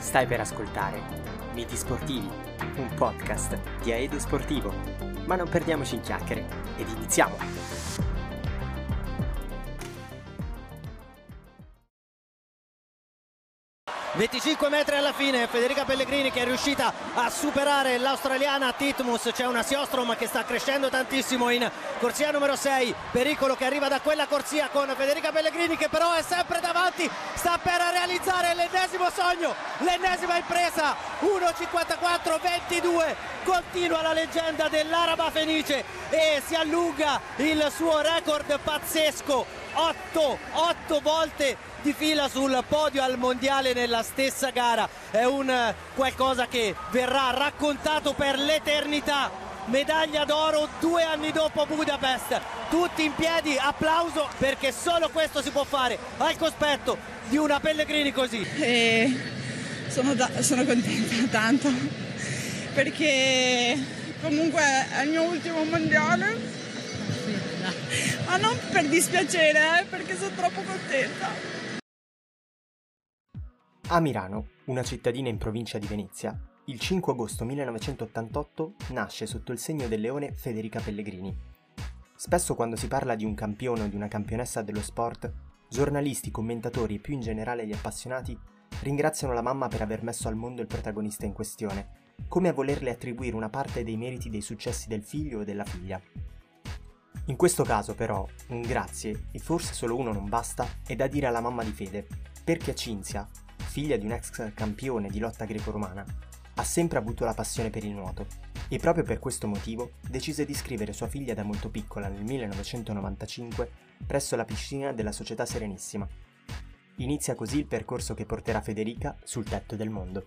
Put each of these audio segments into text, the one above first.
Stai per ascoltare Miti Sportivi, un podcast di Aedo Sportivo. Ma non perdiamoci in chiacchiere ed iniziamo! 25 metri alla fine, Federica Pellegrini che è riuscita a superare l'australiana Titmus. C'è una Sjostrom che sta crescendo tantissimo in corsia numero 6, pericolo che arriva da quella corsia con Federica Pellegrini che però è sempre davanti, sta per realizzare l'ennesimo sogno, l'ennesima impresa. 1.54.22, continua la leggenda dell'Araba Fenice e si allunga il suo record pazzesco. 8 volte di fila sul podio al mondiale nella stessa gara. È un qualcosa che verrà raccontato per l'eternità. Medaglia d'oro 2 anni dopo Budapest. Tutti in piedi, applauso, perché solo questo si può fare al cospetto di una Pellegrini così. Sono contenta tanto perché comunque è il mio ultimo mondiale. Ma non per dispiacere, perché sono troppo contenta. A Mirano, una cittadina in provincia di Venezia, il 5 agosto 1988 nasce sotto il segno del leone Federica Pellegrini. Spesso quando si parla di un campione o di una campionessa dello sport, giornalisti, commentatori e più in generale gli appassionati ringraziano la mamma per aver messo al mondo il protagonista in questione, come a volerle attribuire una parte dei meriti dei successi del figlio o della figlia. In questo caso però, un grazie, e forse solo uno non basta, è da dire alla mamma di Fede, perché Cinzia, figlia di un ex campione di lotta greco-romana, ha sempre avuto la passione per il nuoto e proprio per questo motivo decise di iscrivere sua figlia da molto piccola nel 1995 presso la piscina della Società Serenissima. Inizia così il percorso che porterà Federica sul tetto del mondo.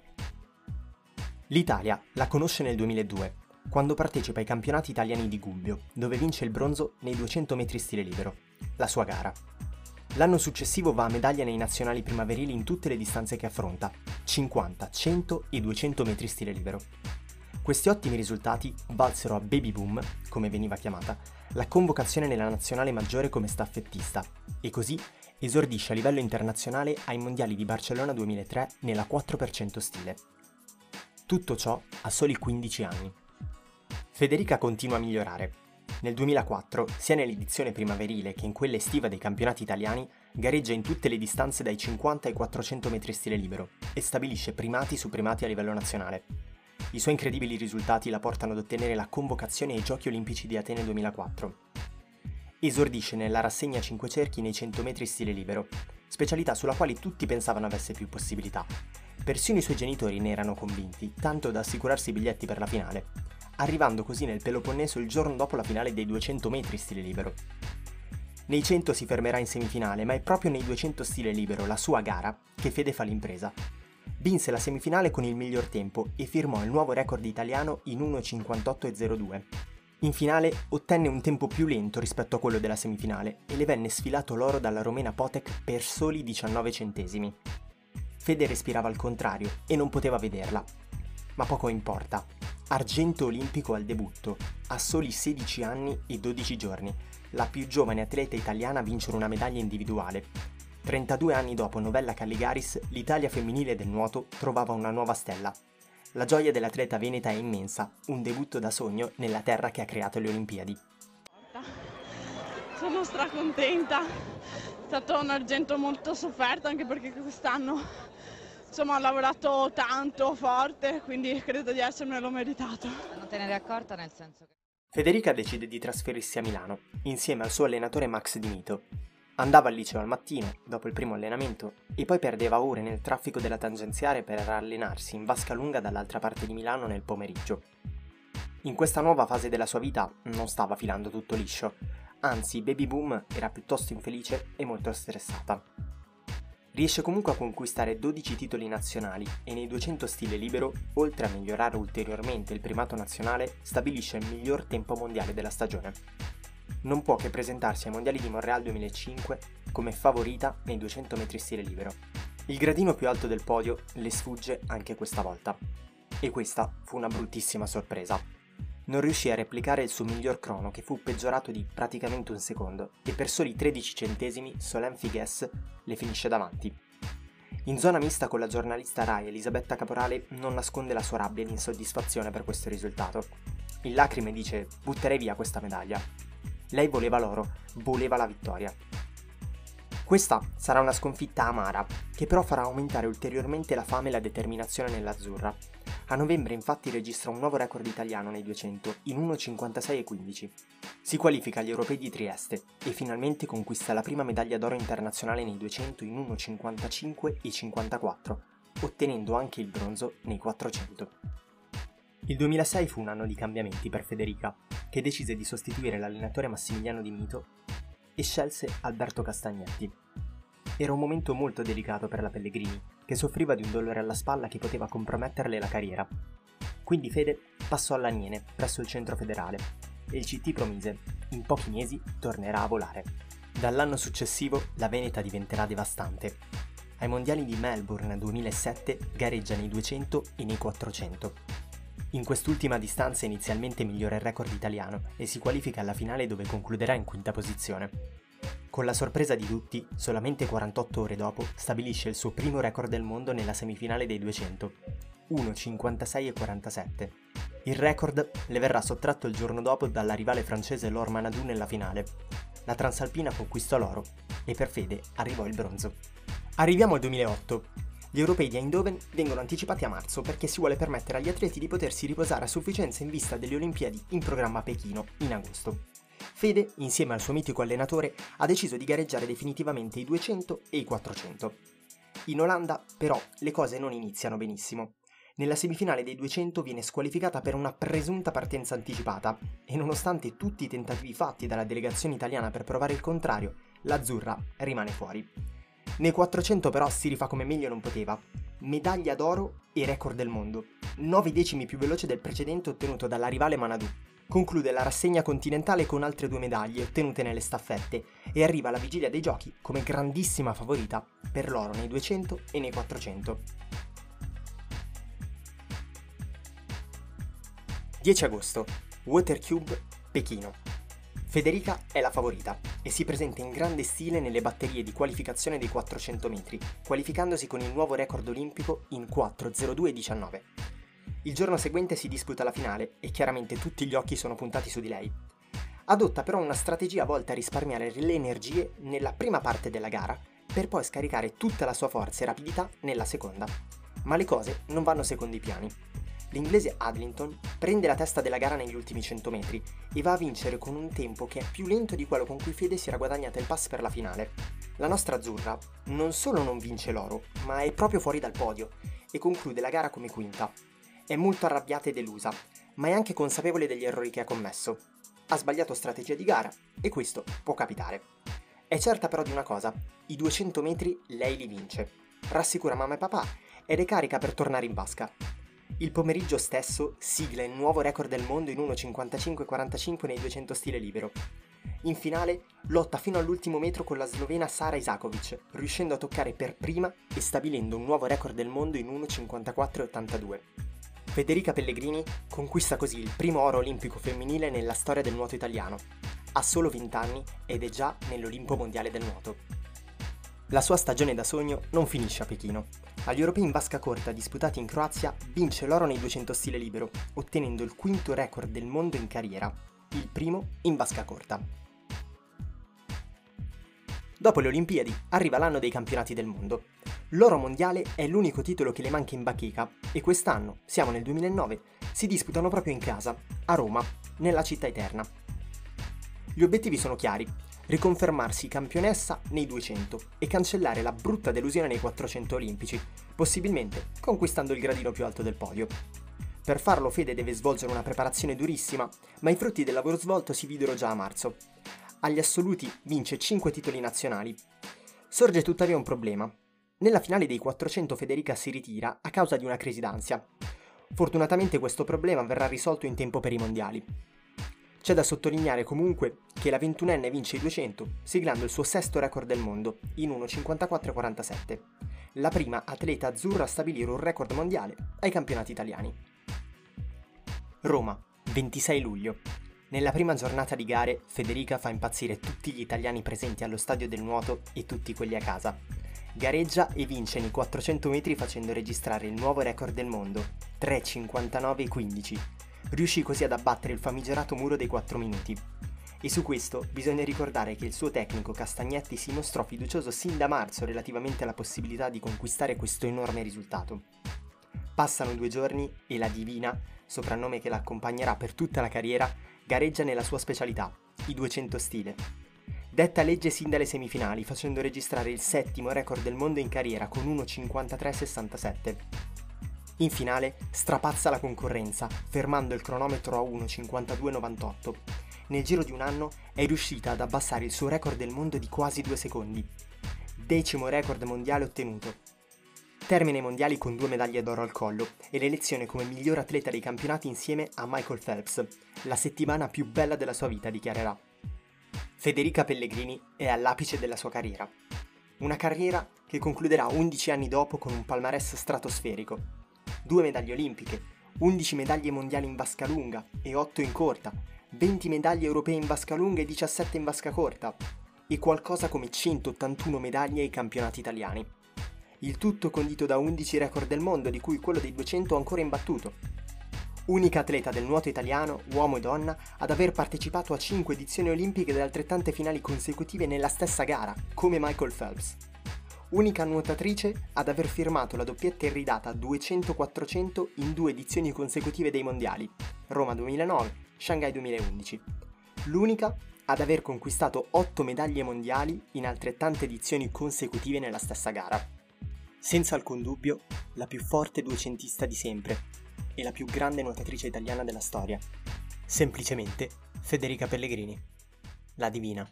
L'Italia la conosce nel 2002, quando partecipa ai campionati italiani di Gubbio, dove vince il bronzo nei 200 metri stile libero, la sua gara. L'anno successivo va a medaglia nei nazionali primaverili in tutte le distanze che affronta, 50, 100 e 200 metri stile libero. Questi ottimi risultati valsero a Baby Boom, come veniva chiamata, la convocazione nella nazionale maggiore come staffettista, e così esordisce a livello internazionale ai mondiali di Barcellona 2003 nella 4x100 stile. Tutto ciò a soli 15 anni. Federica continua a migliorare. Nel 2004, sia nell'edizione primaverile che in quella estiva dei campionati italiani, gareggia in tutte le distanze dai 50 ai 400 metri stile libero e stabilisce primati su primati a livello nazionale. I suoi incredibili risultati la portano ad ottenere la convocazione ai Giochi Olimpici di Atene 2004. Esordisce nella rassegna 5 cerchi nei 100 metri stile libero, specialità sulla quale tutti pensavano avesse più possibilità. Persino i suoi genitori ne erano convinti, tanto da assicurarsi i biglietti per la finale, arrivando così nel Peloponneso il giorno dopo la finale dei 200 metri stile libero. Nei 100 si fermerà in semifinale, ma è proprio nei 200 stile libero, la sua gara, che Fede fa l'impresa. Vinse la semifinale con il miglior tempo e firmò il nuovo record italiano in 1.58.02. In finale ottenne un tempo più lento rispetto a quello della semifinale e le venne sfilato l'oro dalla romena Potek per soli 19 centesimi. Fede respirava al contrario e non poteva vederla. Ma poco importa. Argento olimpico al debutto, a soli 16 anni e 12 giorni, la più giovane atleta italiana a vincere una medaglia individuale. 32 anni dopo Novella Calligaris, l'Italia femminile del nuoto trovava una nuova stella. La gioia dell'atleta veneta è immensa, un debutto da sogno nella terra che ha creato le Olimpiadi. Sono stracontenta, è stato un argento molto sofferto anche perché quest'anno ho lavorato tanto, forte, quindi credo di essermelo meritato. Non te ne eri accorta nel senso che... Federica decide di trasferirsi a Milano, insieme al suo allenatore Max Di Mito. Andava al liceo al mattino, dopo il primo allenamento, e poi perdeva ore nel traffico della tangenziale per allenarsi in vasca lunga dall'altra parte di Milano nel pomeriggio. In questa nuova fase della sua vita non stava filando tutto liscio, anzi Baby Boom era piuttosto infelice e molto stressata. Riesce comunque a conquistare 12 titoli nazionali e nei 200 stile libero, oltre a migliorare ulteriormente il primato nazionale, stabilisce il miglior tempo mondiale della stagione. Non può che presentarsi ai mondiali di Montréal 2005 come favorita nei 200 metri stile libero. Il gradino più alto del podio le sfugge anche questa volta. E questa fu una bruttissima sorpresa. Non riuscì a replicare il suo miglior crono, che fu peggiorato di praticamente un secondo, e per soli 13 centesimi Solène Figues le finisce davanti. In zona mista con la giornalista Rai, Elisabetta Caporale non nasconde la sua rabbia ed insoddisfazione per questo risultato. In lacrime dice: butterei via questa medaglia. Lei voleva l'oro, voleva la vittoria. Questa sarà una sconfitta amara, che però farà aumentare ulteriormente la fame e la determinazione nell'azzurra. A novembre infatti registra un nuovo record italiano nei 200 in 1,56,15. Si qualifica agli Europei di Trieste e finalmente conquista la prima medaglia d'oro internazionale nei 200 in 1,55,54, ottenendo anche il bronzo nei 400. Il 2006 fu un anno di cambiamenti per Federica, che decise di sostituire l'allenatore Massimiliano Di Mito e scelse Alberto Castagnetti. Era un momento molto delicato per la Pellegrini, che soffriva di un dolore alla spalla che poteva comprometterle la carriera. Quindi Fede passò all'Aniene, presso il centro federale, e il CT promise: in pochi mesi tornerà a volare. Dall'anno successivo la Veneta diventerà devastante. Ai mondiali di Melbourne 2007 gareggia nei 200 e nei 400. In quest'ultima distanza inizialmente migliora il record italiano e si qualifica alla finale dove concluderà in quinta posizione. Con la sorpresa di tutti, solamente 48 ore dopo stabilisce il suo primo record del mondo nella semifinale dei 200, 1,56,47. Il record le verrà sottratto il giorno dopo dalla rivale francese Laure Manadou nella finale. La transalpina conquistò l'oro e per Fede arrivò il bronzo. Arriviamo al 2008. Gli europei di Eindhoven vengono anticipati a marzo perché si vuole permettere agli atleti di potersi riposare a sufficienza in vista delle Olimpiadi in programma a Pechino in agosto. Fede, insieme al suo mitico allenatore, ha deciso di gareggiare definitivamente i 200 e i 400. In Olanda, però, le cose non iniziano benissimo. Nella semifinale dei 200 viene squalificata per una presunta partenza anticipata e nonostante tutti i tentativi fatti dalla delegazione italiana per provare il contrario, l'azzurra rimane fuori. Nei 400 però si rifà come meglio non poteva. Medaglia d'oro e record del mondo, 9 decimi più veloce del precedente ottenuto dalla rivale Manadou. Conclude la rassegna continentale con altre 2 medaglie ottenute nelle staffette e arriva alla vigilia dei giochi come grandissima favorita per l'oro nei 200 e nei 400. 10 agosto, Watercube, Pechino. Federica è la favorita e si presenta in grande stile nelle batterie di qualificazione dei 400 metri, qualificandosi con il nuovo record olimpico in 4:02,19. Il giorno seguente si disputa la finale e chiaramente tutti gli occhi sono puntati su di lei. Adotta però una strategia volta a risparmiare le energie nella prima parte della gara per poi scaricare tutta la sua forza e rapidità nella seconda. Ma le cose non vanno secondo i piani. L'inglese Adlington prende la testa della gara negli ultimi 100 metri e va a vincere con un tempo che è più lento di quello con cui Fede si era guadagnata il pass per la finale. La nostra azzurra non solo non vince l'oro, ma è proprio fuori dal podio e conclude la gara come quinta. È molto arrabbiata e delusa, ma è anche consapevole degli errori che ha commesso. Ha sbagliato strategia di gara e questo può capitare. È certa però di una cosa: i 200 metri lei li vince. Rassicura mamma e papà ed è carica per tornare in vasca. Il pomeriggio stesso sigla il nuovo record del mondo in 1,55,45 nei 200 stile libero. In finale lotta fino all'ultimo metro con la slovena Sara Isakovic, riuscendo a toccare per prima e stabilendo un nuovo record del mondo in 1,54,82. Federica Pellegrini conquista così il primo oro olimpico femminile nella storia del nuoto italiano. Ha solo 20 anni ed è già nell'Olimpo mondiale del nuoto. La sua stagione da sogno non finisce a Pechino. Agli europei in vasca corta disputati in Croazia vince l'oro nei 200 stile libero, ottenendo il quinto record del mondo in carriera, il primo in vasca corta. Dopo le Olimpiadi arriva l'anno dei campionati del mondo. L'oro mondiale è l'unico titolo che le manca in bacheca e quest'anno, siamo nel 2009, si disputano proprio in casa, a Roma, nella città eterna. Gli obiettivi sono chiari: riconfermarsi campionessa nei 200 e cancellare la brutta delusione nei 400 olimpici, possibilmente conquistando il gradino più alto del podio. Per farlo Fede deve svolgere una preparazione durissima, ma i frutti del lavoro svolto si videro già a marzo. Agli assoluti vince 5 titoli nazionali. Sorge tuttavia un problema. Nella finale dei 400 Federica si ritira a causa di una crisi d'ansia. Fortunatamente questo problema verrà risolto in tempo per i mondiali. C'è da sottolineare comunque che la 21enne vince i 200, siglando il suo sesto record del mondo, in 1,54,47. La prima atleta azzurra a stabilire un record mondiale ai campionati italiani. Roma, 26 luglio. Nella prima giornata di gare, Federica fa impazzire tutti gli italiani presenti allo stadio del nuoto e tutti quelli a casa. Gareggia e vince nei 400 metri facendo registrare il nuovo record del mondo, 3:59:15. Riuscì così ad abbattere il famigerato muro dei 4 minuti. E su questo bisogna ricordare che il suo tecnico Castagnetti si mostrò fiducioso sin da marzo relativamente alla possibilità di conquistare questo enorme risultato. Passano 2 giorni e la Divina, soprannome che la accompagnerà per tutta la carriera, gareggia nella sua specialità, i 200 stile. Detta legge sin dalle semifinali, facendo registrare il 7° record del mondo in carriera con 1:53:67. In finale strapazza la concorrenza, fermando il cronometro a 1:52:98. Nel giro di un anno è riuscita ad abbassare il suo record del mondo di quasi 2 secondi. 10° record mondiale ottenuto. Termina i mondiali con 2 medaglie d'oro al collo e l'elezione come miglior atleta dei campionati insieme a Michael Phelps. La settimana più bella della sua vita, dichiarerà. Federica Pellegrini è all'apice della sua carriera. Una carriera che concluderà 11 anni dopo con un palmarès stratosferico. 2 medaglie olimpiche, 11 medaglie mondiali in vasca lunga e 8 in corta, 20 medaglie europee in vasca lunga e 17 in vasca corta, e qualcosa come 181 medaglie ai campionati italiani. Il tutto condito da 11 record del mondo, di cui quello dei 200 ancora imbattuto. Unica atleta del nuoto italiano, uomo e donna, ad aver partecipato a 5 edizioni olimpiche ed altrettante finali consecutive nella stessa gara, come Michael Phelps. Unica nuotatrice ad aver firmato la doppietta iridata 200-400 in 2 edizioni consecutive dei mondiali, Roma 2009, Shanghai 2011. L'unica ad aver conquistato 8 medaglie mondiali in altrettante edizioni consecutive nella stessa gara. Senza alcun dubbio, la più forte duecentista di sempre e la più grande nuotatrice italiana della storia. Semplicemente Federica Pellegrini, la Divina.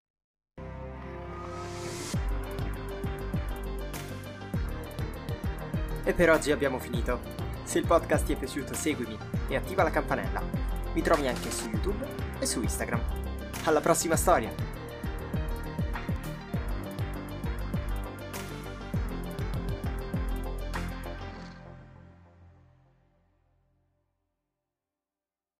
E per oggi abbiamo finito. Se il podcast ti è piaciuto, seguimi e attiva la campanella. Mi trovi anche su YouTube e su Instagram. Alla prossima storia!